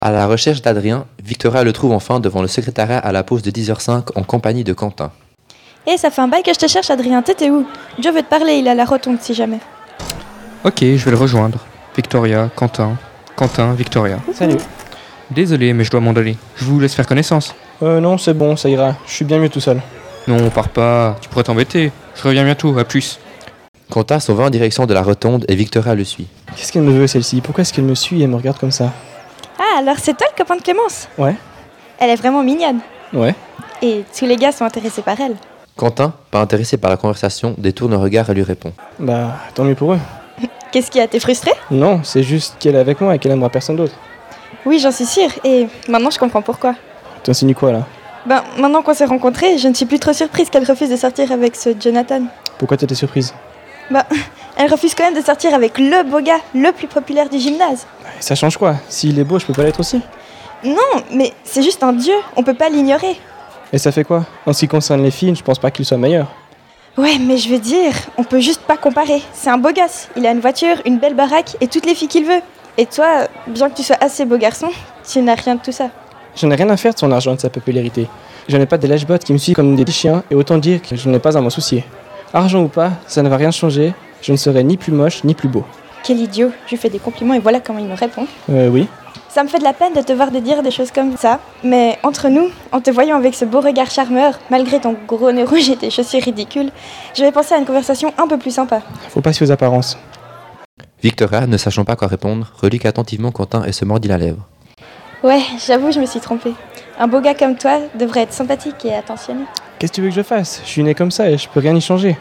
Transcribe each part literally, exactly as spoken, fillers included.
À la recherche d'Adrien, Victoria le trouve enfin devant le secrétariat à la pause de dix heures cinq en compagnie de Quentin. Hé, hey, ça fait un bail que je te cherche, Adrien, t'étais où? Joe veut te parler, il est à la rotonde si jamais. Ok, je vais le rejoindre. Victoria, Quentin, Quentin, Victoria. Salut. Désolé, mais je dois m'en aller. Je vous laisse faire connaissance. Euh non, c'est bon, ça ira. Je suis bien mieux tout seul. Non, on part pas. Tu pourrais t'embêter. Je reviens bientôt, à plus. Quentin s'en va en direction de la rotonde et Victoria le suit. Qu'est-ce qu'elle me veut celle-ci? Pourquoi est-ce qu'elle me suit et me regarde comme ça? Ah, alors c'est toi le copain de Clémence? Ouais. Elle est vraiment mignonne. Ouais. Et tous les gars sont intéressés par elle. Quentin, pas intéressé par la conversation, détourne un regard et lui répond. Bah, tant mieux pour eux. Qu'est-ce qui a été frustré? Non, c'est juste qu'elle est avec moi et qu'elle aimera personne d'autre. Oui, j'en suis sûre. Et maintenant je comprends pourquoi. T'insinues quoi là? Ben, maintenant qu'on s'est rencontrés, je ne suis plus trop surprise qu'elle refuse de sortir avec ce Jonathan. Pourquoi t'étais surprise? Bah, elle refuse quand même de sortir avec le beau gars, le plus populaire du gymnase. Ça change quoi? S'il est beau, je peux pas l'être aussi? Non, mais c'est juste un dieu, on peut pas l'ignorer. Et ça fait quoi? En ce qui concerne les filles, je pense pas qu'il soit meilleur. Ouais, mais je veux dire, on peut juste pas comparer. C'est un beau gosse, il a une voiture, une belle baraque et toutes les filles qu'il veut. Et toi, bien que tu sois assez beau garçon, tu n'as rien de tout ça. J'en ai rien à faire de son argent et de sa popularité. J'en ai pas des lèche-bottes qui me suivent comme des petits chiens et autant dire que je n'ai pas à m'en soucier. Argent ou pas, ça ne va rien changer, je ne serai ni plus moche ni plus beau. Quel idiot, je lui fais des compliments et voilà comment il me répond. Euh, oui. Ça me fait de la peine de te voir de dire des choses comme ça, mais entre nous, en te voyant avec ce beau regard charmeur, malgré ton gros nez rouge et tes chaussures ridicules, je vais penser à une conversation un peu plus sympa. Faut pas se fier aux apparences. Victoria, ne sachant pas quoi répondre, relit attentivement Quentin et se mordit la lèvre. Ouais, j'avoue, je me suis trompée. Un beau gars comme toi devrait être sympathique et attentionné. Qu'est-ce que tu veux que je fasse? Je suis né comme ça et je peux rien y changer.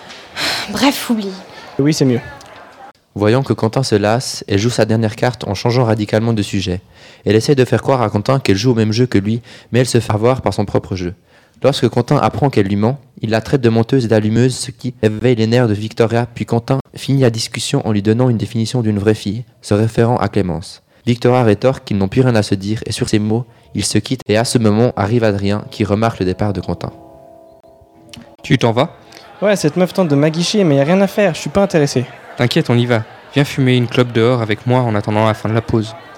Bref, oublie. Oui, c'est mieux. Voyant que Quentin se lasse, elle joue sa dernière carte en changeant radicalement de sujet. Elle essaie de faire croire à Quentin qu'elle joue au même jeu que lui, mais elle se fait avoir par son propre jeu. Lorsque Quentin apprend qu'elle lui ment, il la traite de menteuse et d'allumeuse, ce qui éveille les nerfs de Victoria, puis Quentin finit la discussion en lui donnant une définition d'une vraie fille, se référant à Clémence. Victoria rétorque qu'ils n'ont plus rien à se dire et sur ces mots, ils se quittent et à ce moment arrive Adrien qui remarque le départ de Quentin. Tu t'en vas? Ouais, cette meuf tente de m'aguicher, mais y a rien à faire, je suis pas intéressé. T'inquiète, on y va. Viens fumer une clope dehors avec moi en attendant la fin de la pause.